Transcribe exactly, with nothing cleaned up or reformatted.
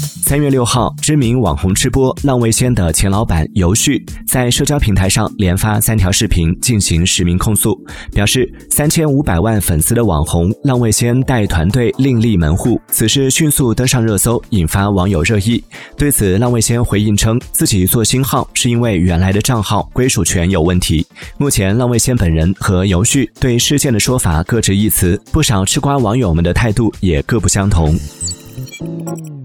三月六号，知名网红吃播浪味仙的前老板尤旭在社交平台上连发三条视频进行实名控诉，表示三千五百万粉丝的网红浪味仙带团队另立门户，此事迅速登上热搜，引发网友热议。对此，浪味仙回应称，自己做新号是因为原来的账号归属权有问题。目前，浪味仙本人和尤旭对事件的说法各执一词，不少吃瓜网友们的态度也各不相同。